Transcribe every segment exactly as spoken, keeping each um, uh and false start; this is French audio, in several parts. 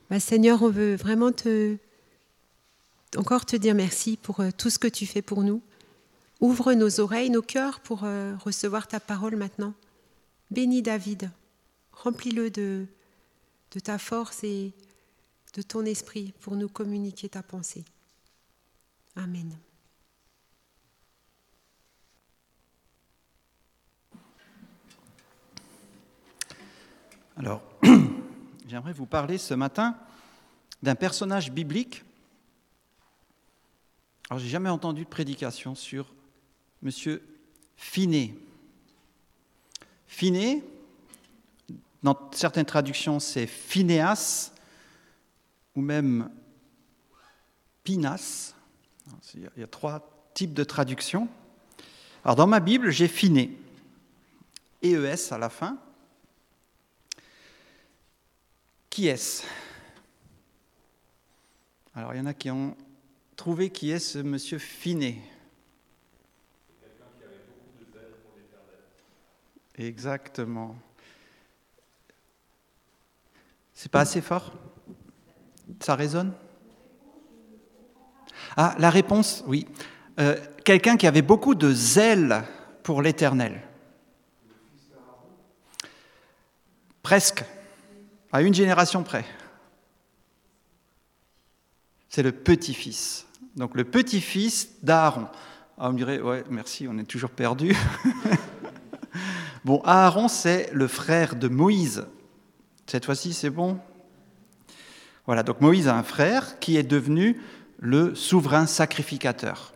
Bah, Seigneur, on veut vraiment te, encore te dire merci pour euh, tout ce que tu fais pour nous. Ouvre nos oreilles, nos cœurs pour euh, recevoir ta parole maintenant. Bénis David, remplis-le de, de ta force et de ton esprit pour nous communiquer ta pensée. Amen. Alors, j'aimerais vous parler ce matin d'un personnage biblique. Alors, j'ai jamais entendu de prédication sur Monsieur Finney. Finney, dans certaines traductions, c'est Phinéas ou même Pinas. Il y a trois types de traductions. Alors, dans ma Bible, j'ai Finney, E E S à la fin. Qui est-ce ? Alors, il y en a qui ont trouvé qui est ce monsieur Finney. C'est quelqu'un qui avait beaucoup de zèle pour l'Éternel. Exactement. C'est pas assez fort ? Ça résonne ? Ah, la réponse, oui. Euh, quelqu'un qui avait beaucoup de zèle pour l'Éternel. Presque. À une génération près. C'est le petit-fils. Donc le petit-fils d'Aaron. Ah, on me dirait, ouais, merci, on est toujours perdu. Bon, Aaron, c'est le frère de Moïse. Cette fois-ci, c'est bon ? Voilà, donc Moïse a un frère qui est devenu le souverain sacrificateur.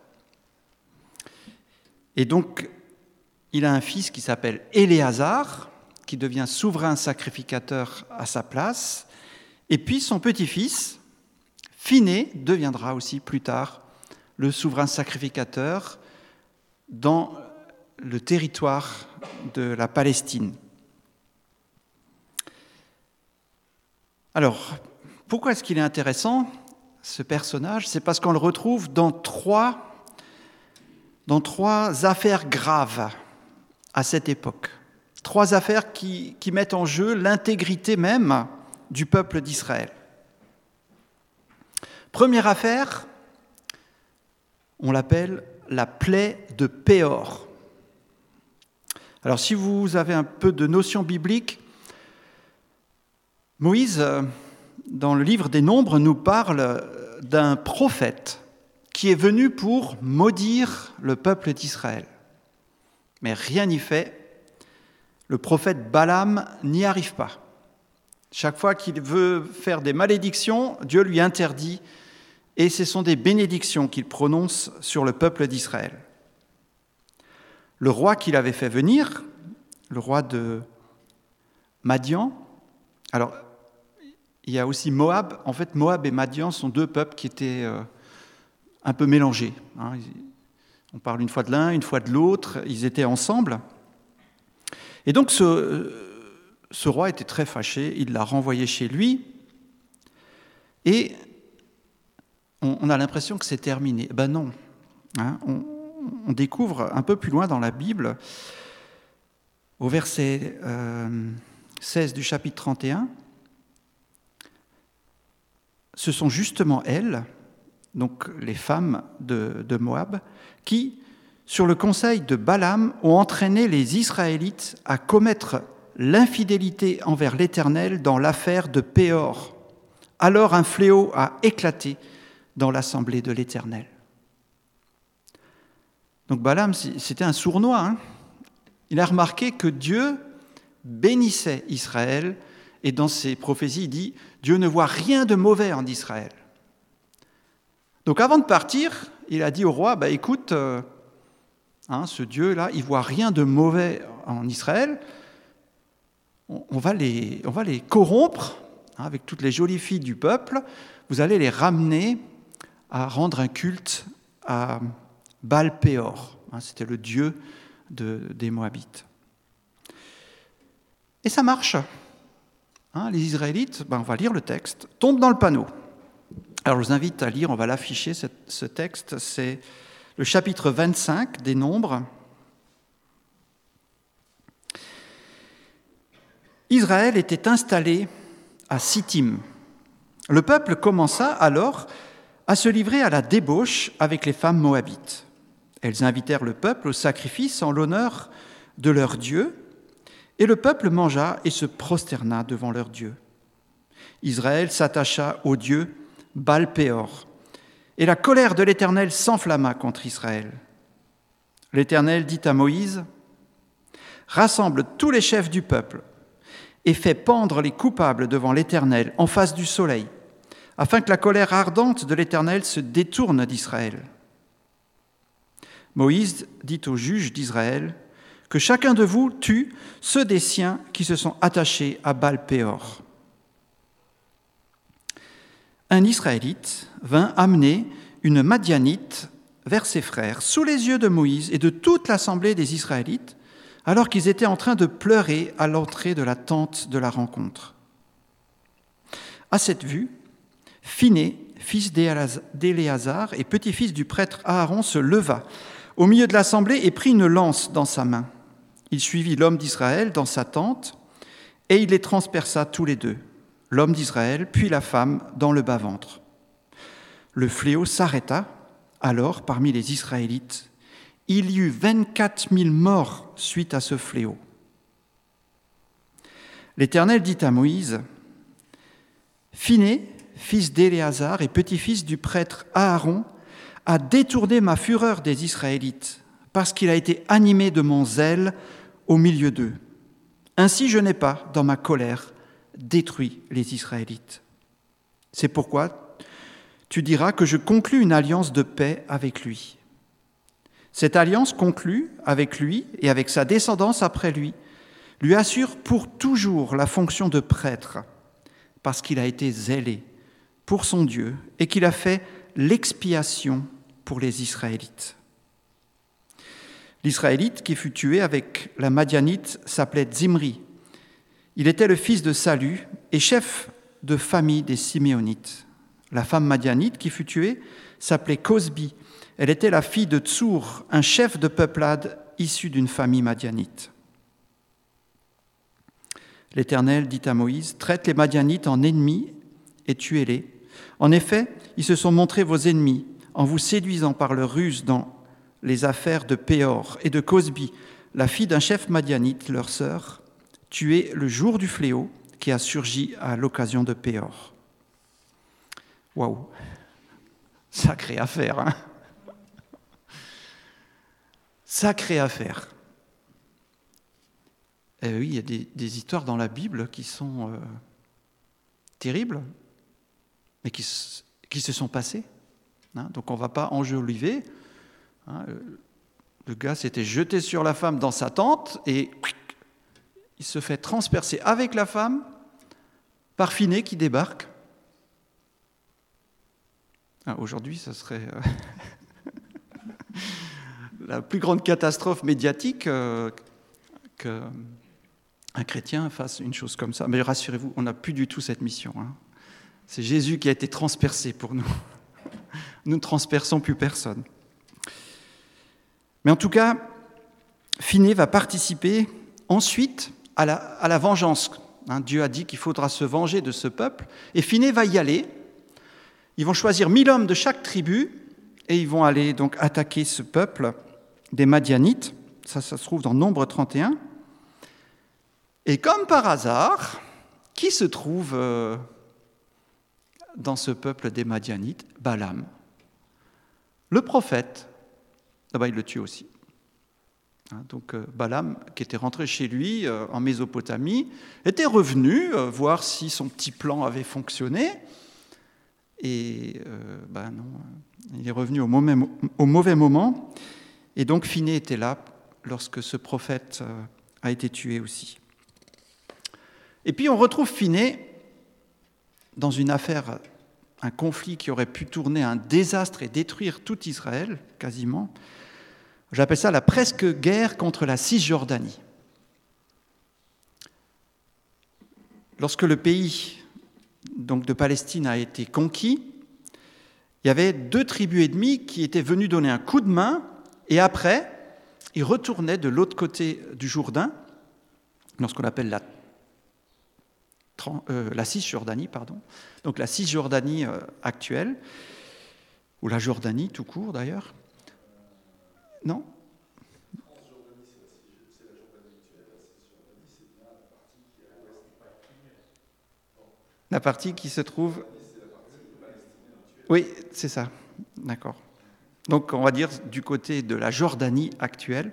Et donc, il a un fils qui s'appelle Éléazar, qui devient souverain sacrificateur à sa place. Et puis son petit-fils, Finney, deviendra aussi plus tard le souverain sacrificateur dans le territoire de la Palestine. Alors, pourquoi est-ce qu'il est intéressant, ce personnage ? C'est parce qu'on le retrouve dans trois, dans trois affaires graves à cette époque. Trois affaires qui, qui mettent en jeu l'intégrité même du peuple d'Israël. Première affaire, on l'appelle la plaie de Péor. Alors si vous avez un peu de notion biblique, Moïse, dans le livre des Nombres, nous parle d'un prophète qui est venu pour maudire le peuple d'Israël. Mais rien n'y fait. Le prophète Balaam n'y arrive pas. Chaque fois qu'il veut faire des malédictions, Dieu lui interdit, et ce sont des bénédictions qu'il prononce sur le peuple d'Israël. Le roi qu'il avait fait venir, le roi de Madian, alors il y a aussi Moab. En fait, Moab et Madian sont deux peuples qui étaient euh, un peu mélangés. Hein. On parle une fois de l'un, une fois de l'autre, ils étaient ensemble. Et donc, ce, ce roi était très fâché, il l'a renvoyé chez lui, et on, on a l'impression que c'est terminé. Ben non, hein, on, on découvre un peu plus loin dans la Bible, au verset euh, seize du chapitre trente et un, ce sont justement elles, donc les femmes de, de Moab, qui, sur le conseil de Balaam, ont entraîné les Israélites à commettre l'infidélité envers l'Éternel dans l'affaire de Péor. Alors un fléau a éclaté dans l'assemblée de l'Éternel. Donc Balaam, c'était un sournois. Hein. Il a remarqué que Dieu bénissait Israël, et dans ses prophéties, il dit « Dieu ne voit rien de mauvais en Israël ». Donc avant de partir, il a dit au roi bah, « Écoute, euh, hein, ce Dieu-là, il ne voit rien de mauvais en Israël, on, on, va, les, on va les corrompre hein, avec toutes les jolies filles du peuple, vous allez les ramener à rendre un culte à Baal-Péor, hein, c'était le dieu de, des Moabites. Et ça marche. Hein, les Israélites, ben, on va lire le texte, tombent dans le panneau. Alors je vous invite à lire, on va l'afficher, ce, ce texte, c'est le chapitre vingt-cinq des Nombres. Israël était installé à Sittim, Le peuple commença alors à se livrer à la débauche avec les femmes moabites. Elles invitèrent le peuple au sacrifice en l'honneur de leur Dieu, et le peuple mangea et se prosterna devant leur Dieu. Israël s'attacha au Dieu Baal-Péor, et la colère de l'Éternel s'enflamma contre Israël. L'Éternel dit à Moïse : « Rassemble tous les chefs du peuple et fais pendre les coupables devant l'Éternel en face du soleil, afin que la colère ardente de l'Éternel se détourne d'Israël. » Moïse dit aux juges d'Israël que chacun de vous tue ceux des siens qui se sont attachés à Baal-Péor. Un Israélite vint amener une Madianite vers ses frères, sous les yeux de Moïse et de toute l'assemblée des Israélites, alors qu'ils étaient en train de pleurer à l'entrée de la tente de la rencontre. À cette vue, Phiné, fils d'Éléazar et petit-fils du prêtre Aaron, se leva au milieu de l'assemblée et prit une lance dans sa main. Il suivit l'homme d'Israël dans sa tente et il les transperça tous les deux, l'homme d'Israël puis la femme dans le bas-ventre. Le fléau s'arrêta alors parmi les Israélites. Il y eut vingt-quatre mille morts suite à ce fléau. L'Éternel dit à Moïse : « Phiné, fils d'Éléazar et petit-fils du prêtre Aaron, a détourné ma fureur des Israélites, parce qu'il a été animé de mon zèle au milieu d'eux. Ainsi je n'ai pas, dans ma colère, détruit les Israélites. C'est pourquoi tu diras que je conclus une alliance de paix avec lui. Cette alliance conclue avec lui et avec sa descendance après lui lui assure pour toujours la fonction de prêtre, parce qu'il a été zélé pour son Dieu et qu'il a fait l'expiation pour les Israélites. » L'Israélite qui fut tué avec la Madianite s'appelait Zimri. Il était le fils de Salu et chef de famille des Siméonites. La femme Madianite qui fut tuée s'appelait Cosbi. Elle était la fille de Tsour, un chef de peuplade issu d'une famille madianite. L'Éternel dit à Moïse : « Traite les Madianites en ennemis et tuez-les. En effet, ils se sont montrés vos ennemis en vous séduisant par leur ruse dans les affaires de Péor et de Cosbi, la fille d'un chef madianite, leur sœur, tuée le jour du fléau qui a surgi à l'occasion de Péor. » Waouh, sacrée affaire, hein? Sacrée affaire. Eh oui, il y a des, des histoires dans la Bible qui sont euh, terribles, mais qui, qui se sont passées. Hein, donc on ne va pas enjoliver. Hein, le gars s'était jeté sur la femme dans sa tente et il se fait transpercer avec la femme par Phiné qui débarque. Ah, aujourd'hui, ça serait euh, la plus grande catastrophe médiatique euh, qu'un chrétien fasse une chose comme ça. Mais rassurez-vous, on n'a plus du tout cette mission. Hein. C'est Jésus qui a été transpercé pour nous. Nous ne transperçons plus personne. Mais en tout cas, Phiné va participer ensuite à la, à la vengeance. Hein, Dieu a dit qu'il faudra se venger de ce peuple. Et Phiné va y aller. Ils vont choisir mille hommes de chaque tribu et ils vont aller donc attaquer ce peuple des Madianites. Ça, ça se trouve dans Nombre trente et un. Et comme par hasard, qui se trouve euh, dans ce peuple des Madianites ? Balaam. Le prophète, ah ben, il le tue aussi. Hein, donc euh, Balaam, qui était rentré chez lui euh, en Mésopotamie, était revenu euh, voir si son petit plan avait fonctionné. Et euh, ben non, il est revenu au mauvais, au mauvais moment. Et donc Phiné était là lorsque ce prophète euh, a été tué aussi. Et puis on retrouve Phiné dans une affaire, un conflit qui aurait pu tourner à un désastre et détruire tout Israël, quasiment. J'appelle ça la presque guerre contre la Cisjordanie. Lorsque le pays donc, de Palestine a été conquis, il y avait deux tribus ennemies qui étaient venues donner un coup de main, et après, ils retournaient de l'autre côté du Jourdain, dans ce qu'on appelle la euh, la Cisjordanie, pardon. Donc la Cisjordanie euh, actuelle, ou la Jordanie tout court d'ailleurs. Non ? La partie qui se trouve... Oui, c'est ça. D'accord. Donc, on va dire du côté de la Jordanie actuelle,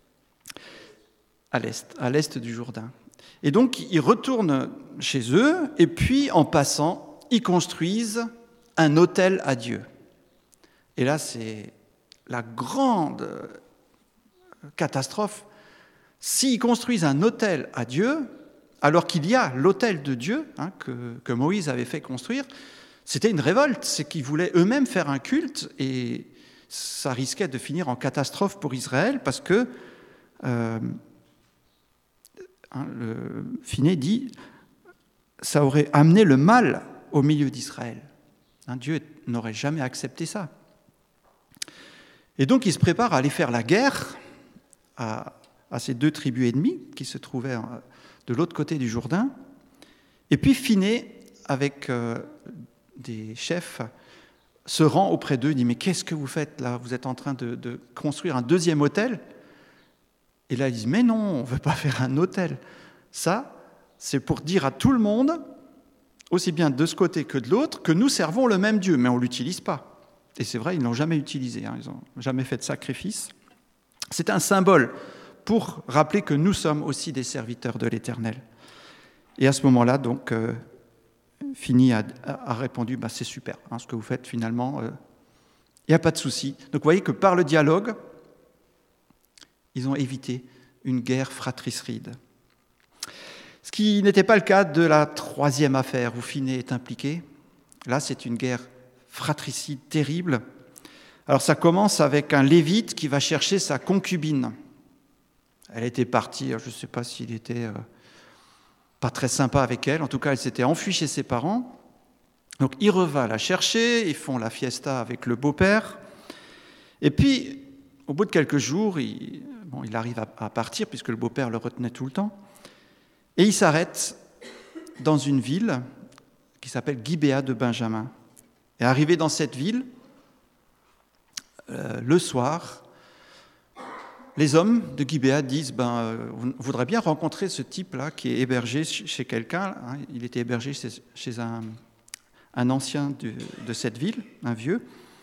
à l'est, à l'est du Jourdain. Et donc, ils retournent chez eux, et puis, en passant, ils construisent un autel à Dieu. Et là, c'est la grande catastrophe. S'ils construisent un autel à Dieu, alors qu'il y a l'autel de Dieu hein, que, que Moïse avait fait construire, c'était une révolte. C'est qu'ils voulaient eux-mêmes faire un culte et ça risquait de finir en catastrophe pour Israël parce que euh, hein, le Finney dit ça aurait amené le mal au milieu d'Israël. Hein, Dieu n'aurait jamais accepté ça. Et donc il se prépare à aller faire la guerre à, à ces deux tribus ennemies qui se trouvaient de l'autre côté du Jourdain. Et puis Finney, avec euh, des chefs, se rend auprès d'eux, dit « Mais qu'est-ce que vous faites là ? Vous êtes en train de, de construire un deuxième autel ?» Et là, ils disent « Mais non, on ne veut pas faire un autel. » Ça, c'est pour dire à tout le monde, aussi bien de ce côté que de l'autre, que nous servons le même Dieu, mais on ne l'utilise pas. Et c'est vrai, ils ne l'ont jamais utilisé, hein, ils n'ont jamais fait de sacrifice. C'est un symbole pour rappeler que nous sommes aussi des serviteurs de l'Éternel. Et à ce moment-là, donc, euh, Finney a, a répondu bah, « C'est super, hein, ce que vous faites finalement, il euh, n'y a pas de souci. » Donc vous voyez que par le dialogue, ils ont évité une guerre fratricide. Ce qui n'était pas le cas de la troisième affaire où Finney est impliqué. Là, c'est une guerre fratricide terrible. Alors ça commence avec un Lévite qui va chercher sa concubine. Elle était partie, je ne sais pas s'il était... Euh, pas très sympa avec elle, en tout cas elle s'était enfuie chez ses parents, donc il reva la chercher, ils font la fiesta avec le beau-père, et puis au bout de quelques jours, il, bon, il arrive à, à partir puisque le beau-père le retenait tout le temps, et il s'arrête dans une ville qui s'appelle Gibéa de Benjamin. Et arrivé dans cette ville, euh, le soir, les hommes de Gibéa disent ben, euh, on voudrait bien rencontrer ce type-là qui est hébergé chez quelqu'un. Hein, il était hébergé chez, chez un, un ancien de, de cette ville, un vieux.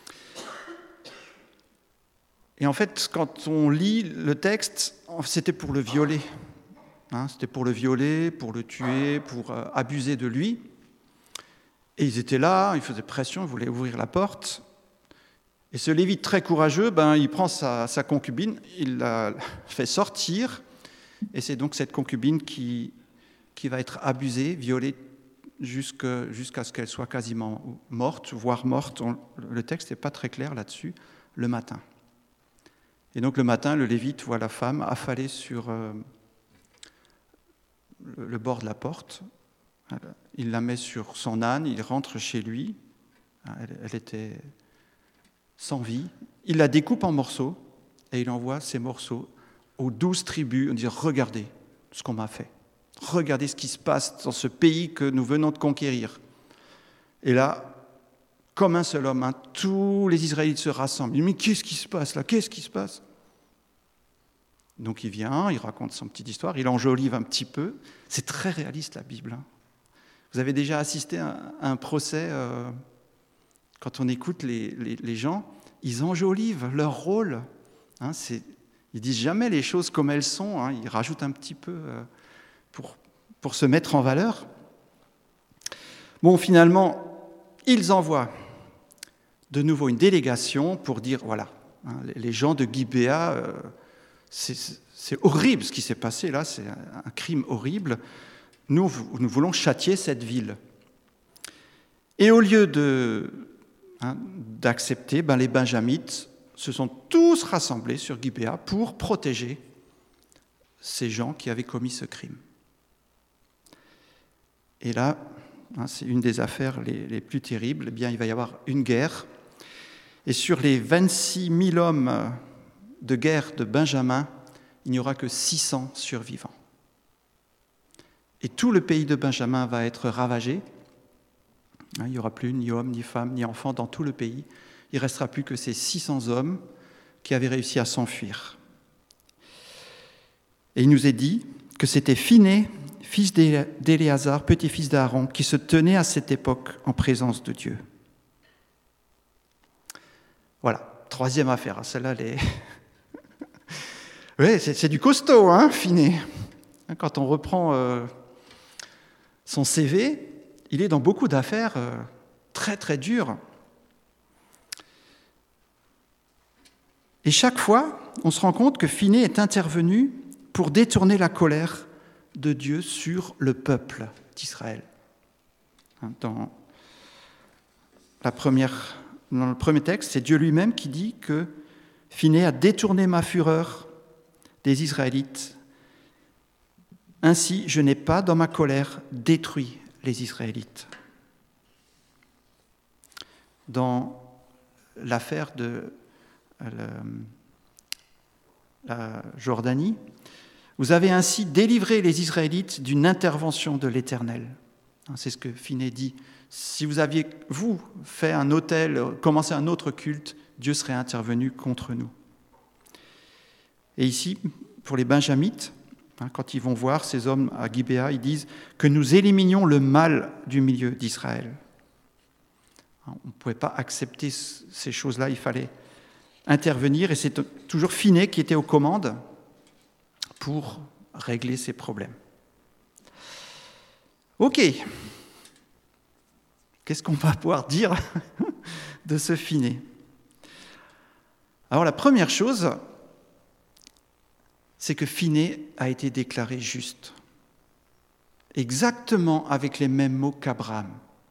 Et en fait, quand on lit le texte, c'était pour le violer. Hein, c'était pour le violer, pour le tuer, pour euh, abuser de lui. Et ils étaient là, ils faisaient pression, ils voulaient ouvrir la porte. Et ce Lévite très courageux, ben, il prend sa, sa concubine, il la fait sortir, et c'est donc cette concubine qui, qui va être abusée, violée, jusque, jusqu'à ce qu'elle soit quasiment morte, voire morte. On, le texte n'est pas très clair là-dessus, le matin. Et donc le matin, le Lévite voit la femme affalée sur euh, le, le bord de la porte. Il la met sur son âne, il rentre chez lui. Elle, elle était... sans vie, il la découpe en morceaux et il envoie ces morceaux aux douze tribus en disant « Regardez ce qu'on m'a fait, regardez ce qui se passe dans ce pays que nous venons de conquérir. » Et là, comme un seul homme, hein, tous les Israélites se rassemblent. Ils disent « Mais qu'est-ce qui se passe là ? Qu'est-ce qui se passe ?» Donc il vient, il raconte son petite histoire, il enjolive un petit peu. C'est très réaliste la Bible. Hein. Vous avez déjà assisté à un procès euh, quand on écoute les, les, les gens, ils enjolivent leur rôle. Hein, c'est, ils disent jamais les choses comme elles sont. Hein, ils rajoutent un petit peu euh, pour, pour se mettre en valeur. Bon, finalement, ils envoient de nouveau une délégation pour dire, voilà, hein, les gens de Gibéa, euh, c'est, c'est horrible ce qui s'est passé là, c'est un, un crime horrible. Nous, nous voulons châtier cette ville. Et au lieu de... Hein, d'accepter, ben les Benjamites se sont tous rassemblés sur Gibéa pour protéger ces gens qui avaient commis ce crime. Et là, hein, c'est une des affaires les, les plus terribles, eh bien, il va y avoir une guerre. Et sur les vingt-six mille hommes de guerre de Benjamin, il n'y aura que six cents survivants. et tout le pays de Benjamin va être ravagé. Il n'y aura plus ni hommes, ni femmes, ni enfants dans tout le pays. Il ne restera plus que ces six cents hommes qui avaient réussi à s'enfuir. Et il nous est dit que c'était Phiné, fils d'Éléazar, petit-fils d'Aaron, qui se tenait à cette époque en présence de Dieu. Voilà, troisième affaire. Celle-là, elle est... oui, c'est, c'est du costaud, hein, Phiné. Quand on reprend euh, son C V, il est dans beaucoup d'affaires euh, très, très dures. Et chaque fois, on se rend compte que Phiné est intervenu pour détourner la colère de Dieu sur le peuple d'Israël. Dans, la première, dans le premier texte, c'est Dieu lui-même qui dit que Phiné a détourné ma fureur des Israélites. Ainsi, je n'ai pas, dans ma colère, détruit les Israélites. Dans l'affaire de la, la Jordanie, vous avez ainsi délivré les Israélites d'une intervention de l'Éternel. C'est ce que Phiné dit. Si vous aviez, vous, fait un autel, commencé un autre culte, Dieu serait intervenu contre nous. Et ici, pour les Benjamites, quand ils vont voir ces hommes à Gibéa, ils disent que nous éliminions le mal du milieu d'Israël. On ne pouvait pas accepter ces choses-là, il fallait intervenir, et c'est toujours Phiné qui était aux commandes pour régler ces problèmes. Ok, qu'est-ce qu'on va pouvoir dire de ce Phiné ? Alors la première chose, c'est que Phiné a été déclaré juste, exactement avec les mêmes mots qu'Abraham.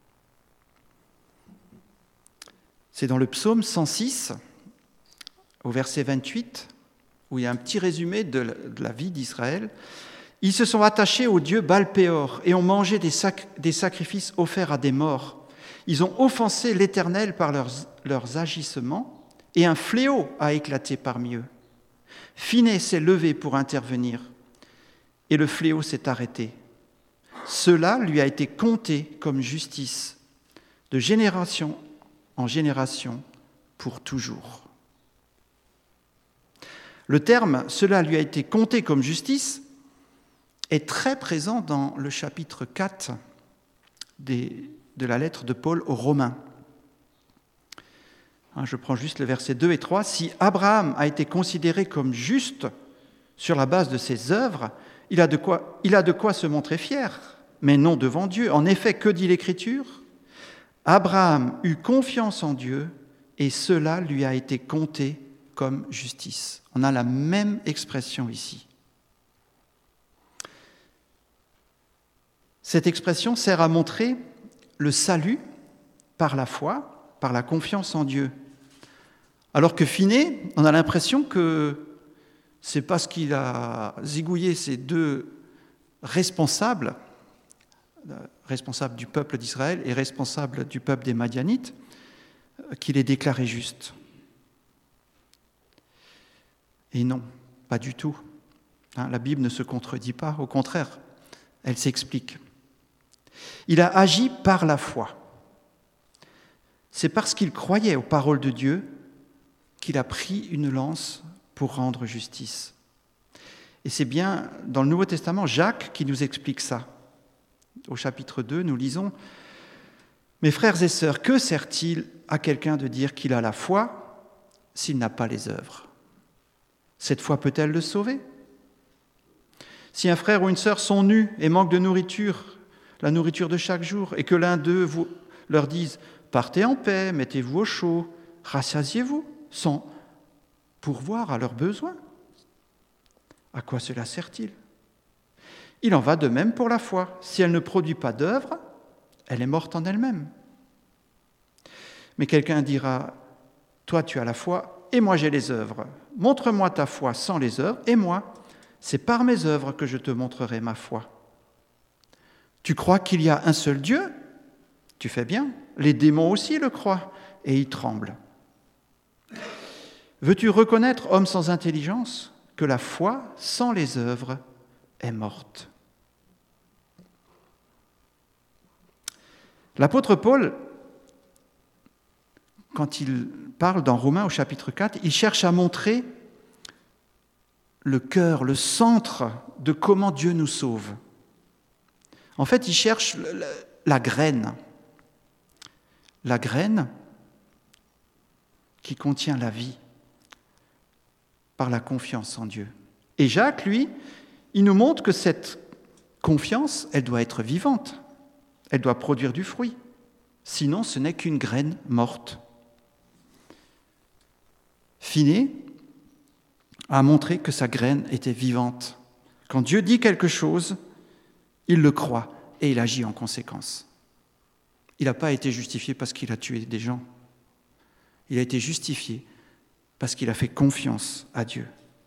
C'est dans le psaume cent six, au verset vingt-huit, où il y a un petit résumé de la, de la vie d'Israël. Ils se sont attachés au dieu Baal-Péor et ont mangé des, sac- des sacrifices offerts à des morts. Ils ont offensé l'Éternel par leurs, leurs agissements, et un fléau a éclaté parmi eux. Phiné s'est levé pour intervenir, et le fléau s'est arrêté. Cela lui a été compté comme justice, de génération en génération, pour toujours. Le terme « cela lui a été compté comme justice » est très présent dans le chapitre quatre des, de la lettre de Paul aux Romains. Je prends juste le verset deux et trois. « Si Abraham a été considéré comme juste sur la base de ses œuvres, il a de quoi, il a de quoi se montrer fier, mais non devant Dieu. En effet, que dit l'Écriture ? Abraham eut confiance en Dieu et cela lui a été compté comme justice. » On a la même expression ici. Cette expression sert à montrer le salut par la foi, par la confiance en Dieu. Alors que Phiné, on a l'impression que c'est parce qu'il a zigouillé ces deux responsables, responsables du peuple d'Israël et responsables du peuple des Madianites, qu'il est déclaré juste. Et non, pas du tout. Hein, la Bible ne se contredit pas, au contraire, elle s'explique. Il a agi par la foi. C'est parce qu'il croyait aux paroles de Dieu qu'il a pris une lance pour rendre justice. Et c'est bien dans le Nouveau Testament Jacques qui nous explique ça. Au chapitre deux, nous lisons « Mes frères et sœurs, que sert-il à quelqu'un de dire qu'il a la foi s'il n'a pas les œuvres ? Cette foi peut-elle le sauver ? Si un frère ou une sœur sont nus et manquent de nourriture, la nourriture de chaque jour, et que l'un d'eux vous, leur dise « Partez en paix, mettez-vous au chaud, rassasiez-vous » sans pourvoir à leurs besoins, à quoi cela sert-il ? Il en va de même pour la foi. Si elle ne produit pas d'œuvre, elle est morte en elle-même. Mais quelqu'un dira « Toi, tu as la foi, et moi j'ai les œuvres. Montre-moi ta foi sans les œuvres, et moi, c'est par mes œuvres que je te montrerai ma foi. Tu crois qu'il y a un seul Dieu ? Tu fais bien. Les démons aussi le croient, et ils tremblent. Veux-tu reconnaître, homme sans intelligence, que la foi sans les œuvres est morte ? L'apôtre Paul, quand il parle dans Romains au chapitre quatre, il cherche à montrer le cœur, le centre de comment Dieu nous sauve. En fait, il cherche la graine. La graine qui contient la vie par la confiance en Dieu. Et Jacques, lui, il nous montre que cette confiance, elle doit être vivante. Elle doit produire du fruit. Sinon, ce n'est qu'une graine morte. Finet a montré que sa graine était vivante. Quand Dieu dit quelque chose, il le croit et il agit en conséquence. Il n'a pas été justifié parce qu'il a tué des gens. Il a été justifié parce qu'il a fait confiance à Dieu.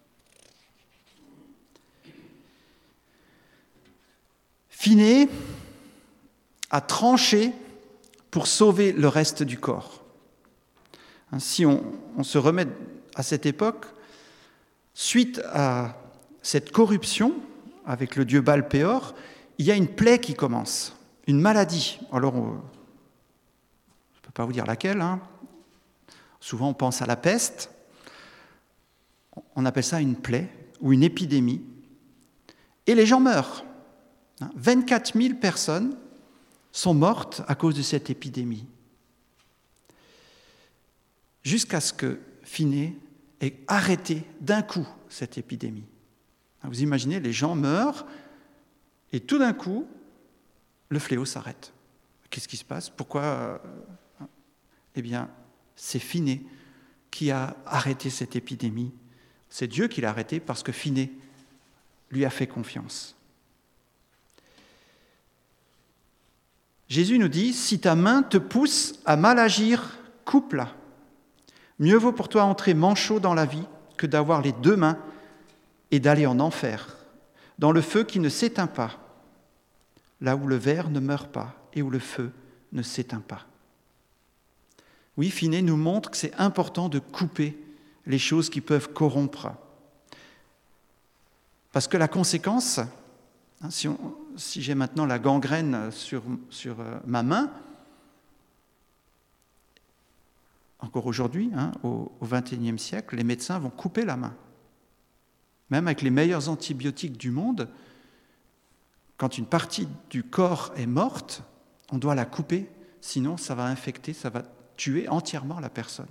Finet a tranché pour sauver le reste du corps. Si on, on se remet à cette époque, suite à cette corruption avec le dieu Baal-Péor, il y a une plaie qui commence, une maladie. Alors, on, je ne peux pas vous dire laquelle, hein. Souvent on pense à la peste. On appelle ça une plaie ou une épidémie. Et les gens meurent. vingt-quatre mille personnes sont mortes à cause de cette épidémie. Jusqu'à ce que Finet ait arrêté d'un coup cette épidémie. Vous imaginez, les gens meurent et tout d'un coup, le fléau s'arrête. Qu'est-ce qui se passe ? Pourquoi ? Eh bien, c'est Finet qui a arrêté cette épidémie. C'est Dieu qui l'a arrêté parce que Finet lui a fait confiance. Jésus nous dit, si ta main te pousse à mal agir, coupe-la. Mieux vaut pour toi entrer manchot dans la vie que d'avoir les deux mains et d'aller en enfer, dans le feu qui ne s'éteint pas, là où le ver ne meurt pas et où le feu ne s'éteint pas. Oui, Finet nous montre que c'est important de couper les choses qui peuvent corrompre. Parce que la conséquence, hein, si, on, si j'ai maintenant la gangrène sur, sur euh, ma main, encore aujourd'hui, hein, au, au vingt et unième siècle, les médecins vont couper la main. Même avec les meilleurs antibiotiques du monde, quand une partie du corps est morte, on doit la couper, sinon ça va infecter, ça va tuer entièrement la personne.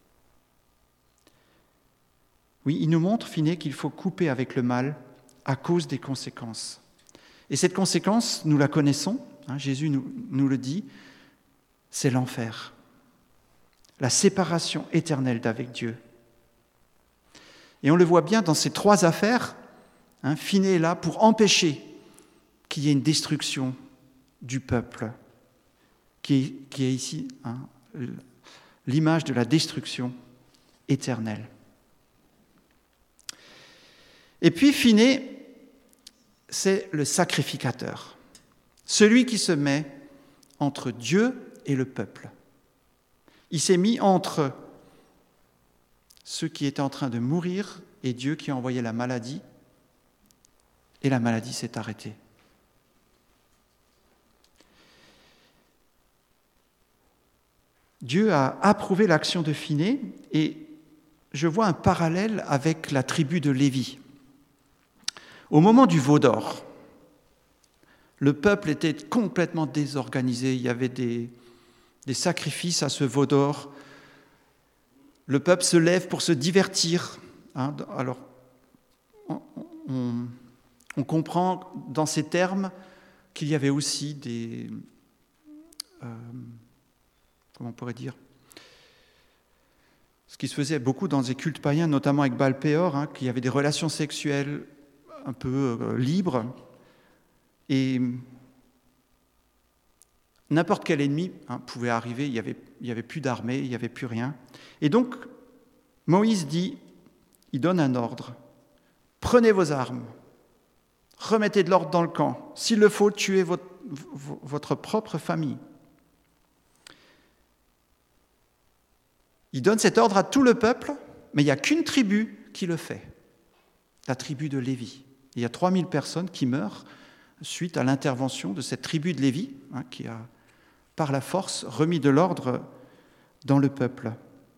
Oui, il nous montre, Finet, qu'il faut couper avec le mal à cause des conséquences. Et cette conséquence, nous la connaissons, hein, Jésus nous, nous le dit, c'est l'enfer. La séparation éternelle d'avec Dieu. Et on le voit bien dans ces trois affaires, hein, Finet est là pour empêcher qu'il y ait une destruction du peuple, qui est, qui est ici hein, l'image de la destruction éternelle. Et puis Finet, c'est le sacrificateur, celui qui se met entre Dieu et le peuple. Il s'est mis entre ceux qui étaient en train de mourir et Dieu qui a envoyé la maladie, et la maladie s'est arrêtée. Dieu a approuvé l'action de Finet, et je vois un parallèle avec la tribu de Lévi. Au moment du veau d'or, le peuple était complètement désorganisé, il y avait des, des sacrifices à ce veau d'or. Le peuple se lève pour se divertir. Hein, alors, on, on, on comprend dans ces termes qu'il y avait aussi des... Euh, comment on pourrait dire ? Ce qui se faisait beaucoup dans les cultes païens, notamment avec Baal-Péor, hein, qu'il y avait des relations sexuelles un peu euh, libres. Et n'importe quel ennemi hein, pouvait arriver, il n'y avait, il y avait plus d'armée, il n'y avait plus rien. Et donc, Moïse dit, il donne un ordre, prenez vos armes, remettez de l'ordre dans le camp, s'il le faut, tuez votre, votre propre famille. Il donne cet ordre à tout le peuple, mais il n'y a qu'une tribu qui le fait, la tribu de Lévi. Il y a trois mille personnes qui meurent suite à l'intervention de cette tribu de Lévi, hein, qui a par la force, remis de l'ordre dans le peuple.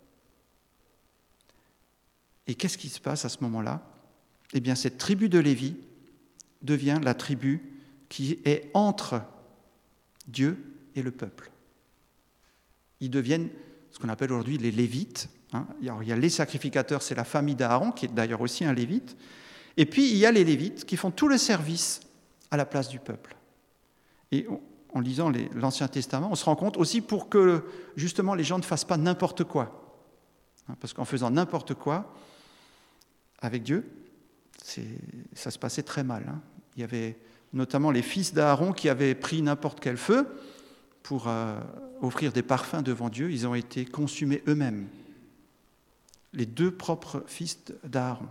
Et qu'est-ce qui se passe à ce moment-là ? Eh bien, cette tribu de Lévi devient la tribu qui est entre Dieu et le peuple. Ils deviennent ce qu'on appelle aujourd'hui les Lévites. Hein. Alors, il y a les sacrificateurs, c'est la famille d'Aaron, qui est d'ailleurs aussi un Lévite. Et puis, il y a les Lévites qui font tout le service à la place du peuple. Et en lisant les, l'Ancien Testament, on se rend compte aussi pour que, justement, les gens ne fassent pas n'importe quoi. Hein, parce qu'en faisant n'importe quoi avec Dieu, c'est, ça se passait très mal. Hein. Il y avait notamment les fils d'Aaron qui avaient pris n'importe quel feu pour euh, offrir des parfums devant Dieu. Ils ont été consumés eux-mêmes. Les deux propres fils d'Aaron.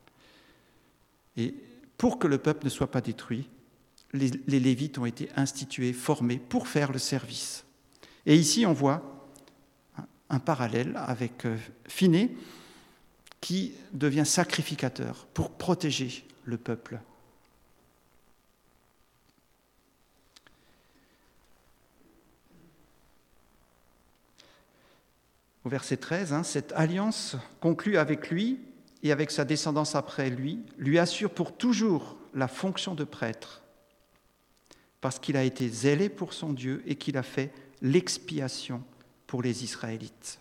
Et pour que le peuple ne soit pas détruit, les, les Lévites ont été institués, formés pour faire le service. Et ici, on voit un, un parallèle avec euh, Phiné, qui devient sacrificateur pour protéger le peuple. Au verset treize, hein, cette alliance conclue avec lui et avec sa descendance après lui, lui assure pour toujours la fonction de prêtre, parce qu'il a été zélé pour son Dieu et qu'il a fait l'expiation pour les Israélites.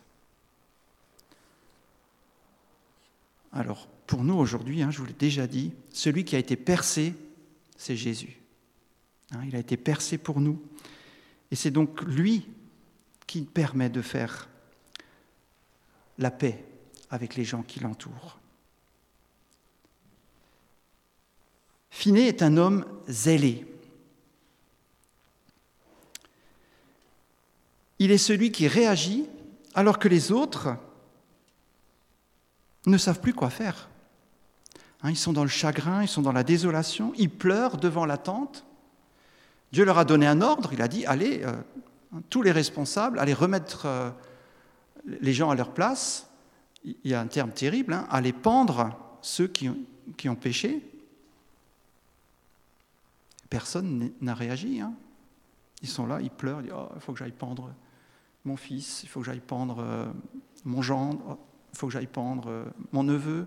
Alors, pour nous aujourd'hui, hein, je vous l'ai déjà dit, celui qui a été percé, c'est Jésus. Hein, il a été percé pour nous. Et c'est donc lui qui permet de faire la paix avec les gens qui l'entourent. Phiné est un homme zélé. Il est celui qui réagit alors que les autres ne savent plus quoi faire. Hein, ils sont dans le chagrin, ils sont dans la désolation, ils pleurent devant la tente. Dieu leur a donné un ordre, il a dit, allez, euh, tous les responsables, allez remettre euh, les gens à leur place. Il y a un terme terrible, hein, allez pendre ceux qui ont, qui ont péché. Personne n'a réagi. Hein. Ils sont là, ils pleurent, ils disent, oh, il faut que j'aille pendre mon fils, il faut que j'aille pendre euh, mon gendre, il faut que j'aille pendre euh, mon neveu.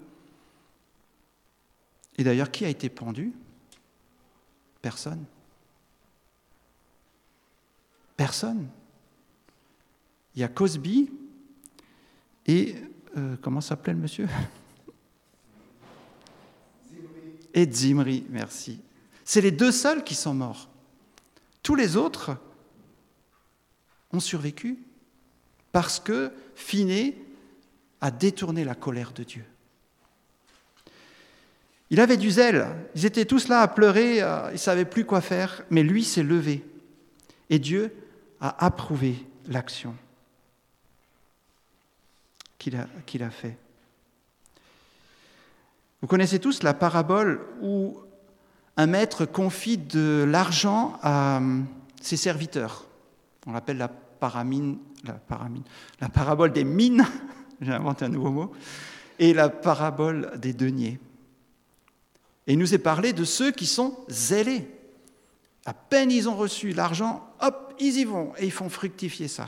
Et d'ailleurs, qui a été pendu ? Personne. Personne. Il y a Cosby et, euh, comment s'appelait le monsieur ? Zimri. Et Zimri, merci. C'est les deux seuls qui sont morts. Tous les autres ont survécu parce que Phiné a détourné la colère de Dieu. Il avait du zèle, ils étaient tous là à pleurer, ils ne savaient plus quoi faire, mais lui s'est levé et Dieu a approuvé l'action qu'il a, qu'il a fait. Vous connaissez tous la parabole où un maître confie de l'argent à ses serviteurs. On l'appelle la paramine, la paramine, la parabole des mines, j'ai inventé un nouveau mot, et la parabole des deniers. Et il nous est parlé de ceux qui sont zélés. À peine ils ont reçu l'argent, hop, ils y vont, et ils font fructifier ça.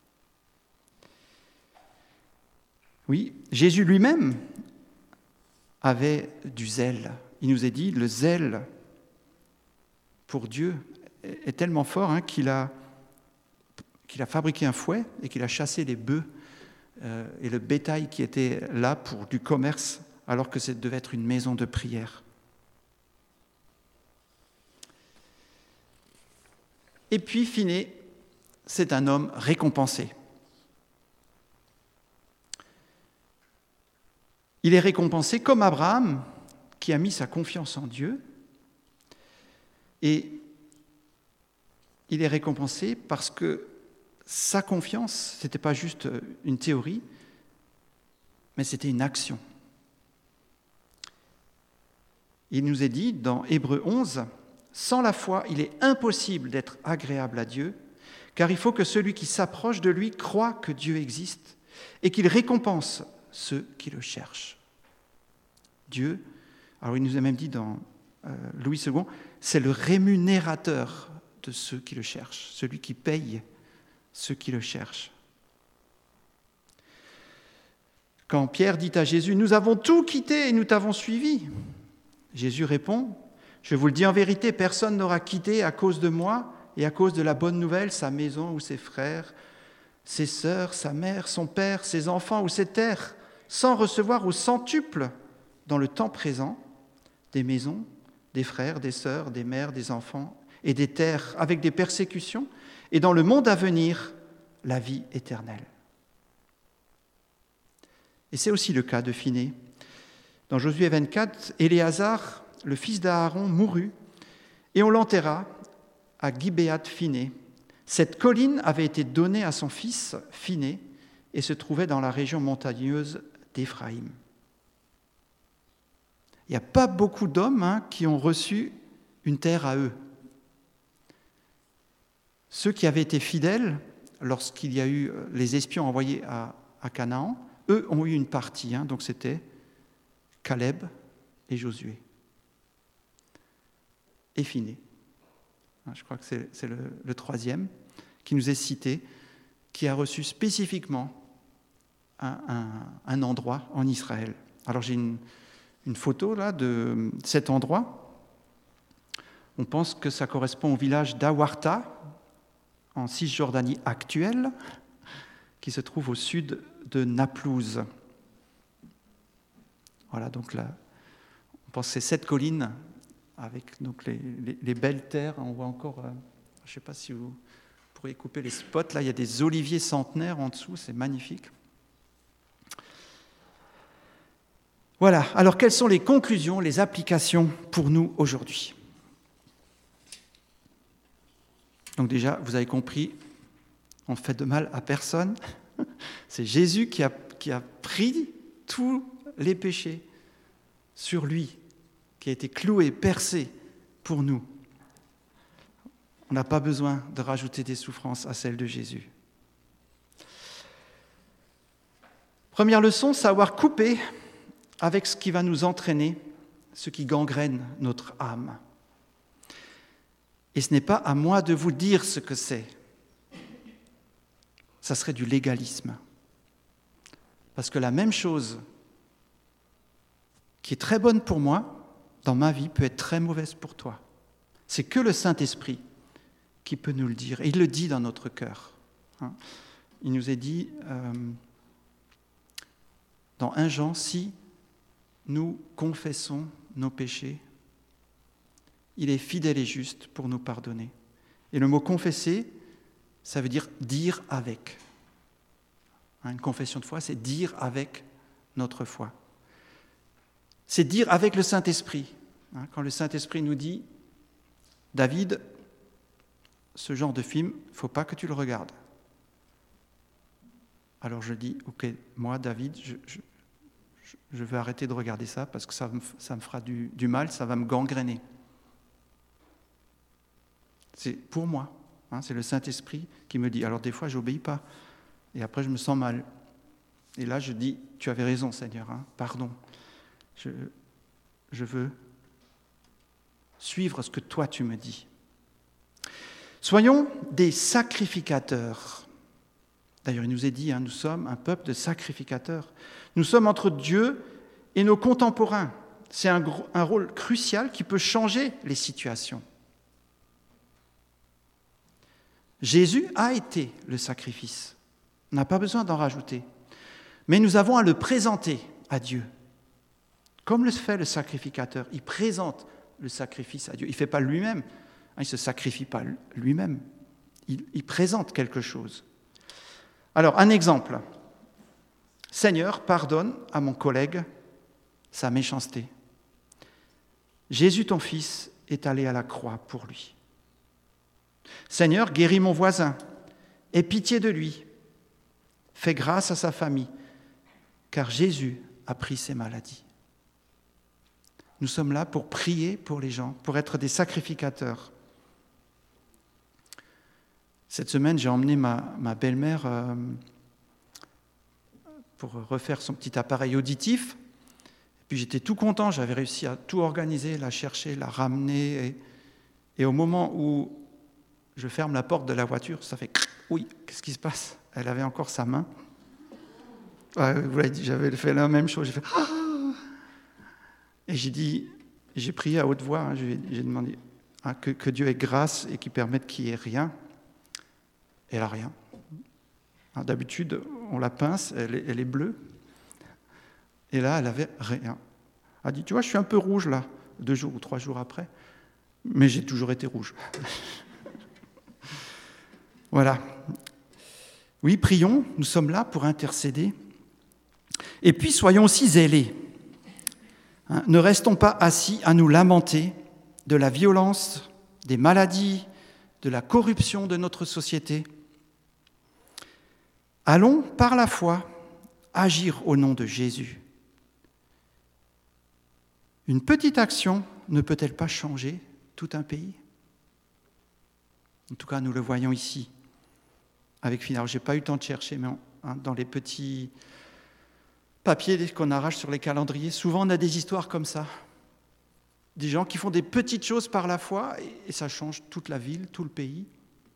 Oui, Jésus lui-même avait du zèle. Il nous est dit, le zèle pour Dieu est tellement fort hein, qu'il a, qu'il a fabriqué un fouet et qu'il a chassé les bœufs euh, et le bétail qui était là pour du commerce, alors que ça devait être une maison de prière. Et puis, Phiné, c'est un homme récompensé. Il est récompensé comme Abraham, qui a mis sa confiance en Dieu. Et il est récompensé parce que sa confiance, ce n'était pas juste une théorie, mais c'était une action. Il nous est dit dans Hébreux onze, « Sans la foi, il est impossible d'être agréable à Dieu, car il faut que celui qui s'approche de lui croie que Dieu existe et qu'il récompense ceux qui le cherchent. » Dieu, alors il nous a même dit dans euh, Louis deux, c'est le rémunérateur de ceux qui le cherchent, celui qui paye ceux qui le cherchent. Quand Pierre dit à Jésus « Nous avons tout quitté et nous t'avons suivi », Jésus répond « Je vous le dis en vérité, personne n'aura quitté à cause de moi et à cause de la bonne nouvelle sa maison ou ses frères, ses sœurs, sa mère, son père, ses enfants ou ses terres, sans recevoir au centuple dans le temps présent des maisons, des frères, des sœurs, des mères, des enfants et des terres avec des persécutions, et dans le monde à venir, la vie éternelle. » Et c'est aussi le cas de Phiné. Dans Josué vingt-quatre, Éléazar, le fils d'Aaron, mourut, et on l'enterra à Gibéat Phiné. Cette colline avait été donnée à son fils Phiné et se trouvait dans la région montagneuse d'Éphraïm. Il n'y a pas beaucoup d'hommes hein, qui ont reçu une terre à eux. Ceux qui avaient été fidèles lorsqu'il y a eu les espions envoyés à, à Canaan, eux ont eu une partie, hein, donc c'était Caleb et Josué. Et Phiné. Je crois que c'est, c'est le, le troisième qui nous est cité, qui a reçu spécifiquement un, un, un endroit en Israël. Alors j'ai une, une photo là de cet endroit. On pense que ça correspond au village d'Awarta, en Cisjordanie actuelle, qui se trouve au sud de Naplouse. Voilà, donc là, on pense que c'est cette colline avec donc les, les, les belles terres. On voit encore, euh, je ne sais pas si vous pourriez couper les spots, là il y a des oliviers centenaires en dessous, c'est magnifique. Voilà, alors quelles sont les conclusions, les applications pour nous aujourd'hui ? Donc déjà, vous avez compris, on ne fait de mal à personne. C'est Jésus qui a, qui a pris tous les péchés sur lui, qui a été cloué, percé pour nous. On n'a pas besoin de rajouter des souffrances à celles de Jésus. Première leçon, savoir couper avec ce qui va nous entraîner, ce qui gangrène notre âme. Et ce n'est pas à moi de vous dire ce que c'est. Ça serait du légalisme. Parce que la même chose qui est très bonne pour moi, dans ma vie, peut être très mauvaise pour toi. C'est que le Saint-Esprit qui peut nous le dire. Et il le dit dans notre cœur. Il nous est dit euh, dans premier Jean, si nous confessons nos péchés, il est fidèle et juste pour nous pardonner. Et le mot « confesser », ça veut dire « dire avec ». Une confession de foi, c'est dire avec notre foi. C'est dire avec le Saint-Esprit. Quand le Saint-Esprit nous dit « David, ce genre de film, il ne faut pas que tu le regardes. » Alors je dis « Ok, moi, David, je, je, je vais arrêter de regarder ça parce que ça me, ça me fera du, du mal, ça va me gangréner. » C'est pour moi, hein, c'est le Saint-Esprit qui me dit. Alors des fois, je n'obéis pas. Et après, je me sens mal. Et là, je dis, tu avais raison, Seigneur, hein, pardon. Je, je veux suivre ce que toi, tu me dis. Soyons des sacrificateurs. D'ailleurs, il nous est dit, hein, nous sommes un peuple de sacrificateurs. Nous sommes entre Dieu et nos contemporains. C'est un, un rôle crucial qui peut changer les situations. Jésus a été le sacrifice. On n'a pas besoin d'en rajouter. Mais nous avons à le présenter à Dieu. Comme le fait le sacrificateur, il présente le sacrifice à Dieu. Il ne fait pas lui-même. Il ne se sacrifie pas lui-même. Il, il présente quelque chose. Alors, un exemple. Seigneur, pardonne à mon collègue sa méchanceté. Jésus, ton fils, est allé à la croix pour lui. Seigneur, guéris mon voisin, aie pitié de lui, fais grâce à sa famille, car Jésus a pris ses maladies. Nous sommes là pour prier pour les gens, pour être des sacrificateurs. Cette semaine, j'ai emmené ma, ma belle-mère euh, pour refaire son petit appareil auditif. Et puis j'étais tout content, j'avais réussi à tout organiser, la chercher, la ramener. Et, et au moment où je ferme la porte de la voiture, ça fait Oui, qu'est-ce qui se passe? Elle avait encore sa main. Ouais, vous l'avez dit, j'avais fait la même chose. J'ai fait ah! Et j'ai dit, j'ai prié à haute voix, hein, j'ai, j'ai demandé hein, que, que Dieu ait grâce et qu'il permette qu'il n'y ait rien. Et elle n'a rien. Hein, d'habitude, on la pince, elle est, elle est bleue. Et là, elle n'avait rien. Elle a dit, tu vois, je suis un peu rouge là, deux jours ou trois jours après, mais j'ai toujours été rouge. Voilà. Oui, prions, nous sommes là pour intercéder. Et puis, soyons aussi zélés. Hein, ne restons pas assis à nous lamenter de la violence, des maladies, de la corruption de notre société. Allons, par la foi, agir au nom de Jésus. Une petite action ne peut-elle pas changer tout un pays? En tout cas, nous le voyons ici. Avec Finalement, je n'ai pas eu le temps de chercher, mais hein, dans les petits papiers qu'on arrache sur les calendriers, souvent on a des histoires comme ça. Des gens qui font des petites choses par la foi et, et ça change toute la ville, tout le pays.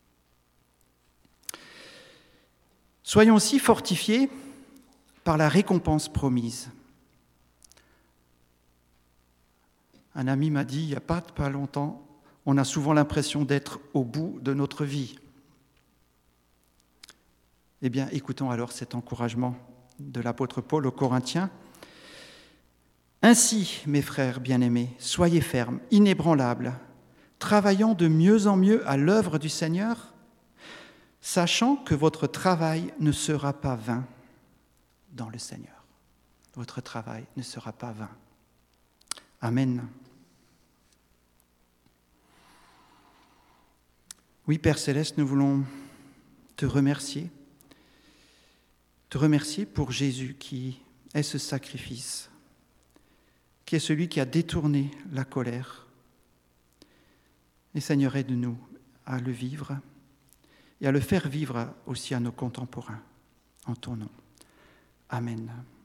Soyons aussi fortifiés par la récompense promise. Un ami m'a dit, il n'y a pas, pas longtemps, on a souvent l'impression d'être au bout de notre vie. Eh bien, écoutons alors cet encouragement de l'apôtre Paul aux Corinthiens. Ainsi, mes frères bien-aimés, soyez fermes, inébranlables, travaillant de mieux en mieux à l'œuvre du Seigneur, sachant que votre travail ne sera pas vain dans le Seigneur. Votre travail ne sera pas vain. Amen. Oui, Père Céleste, nous voulons te remercier. Te remercier pour Jésus qui est ce sacrifice, qui est celui qui a détourné la colère. Et Seigneur, aide-nous à le vivre et à le faire vivre aussi à nos contemporains. En ton nom. Amen.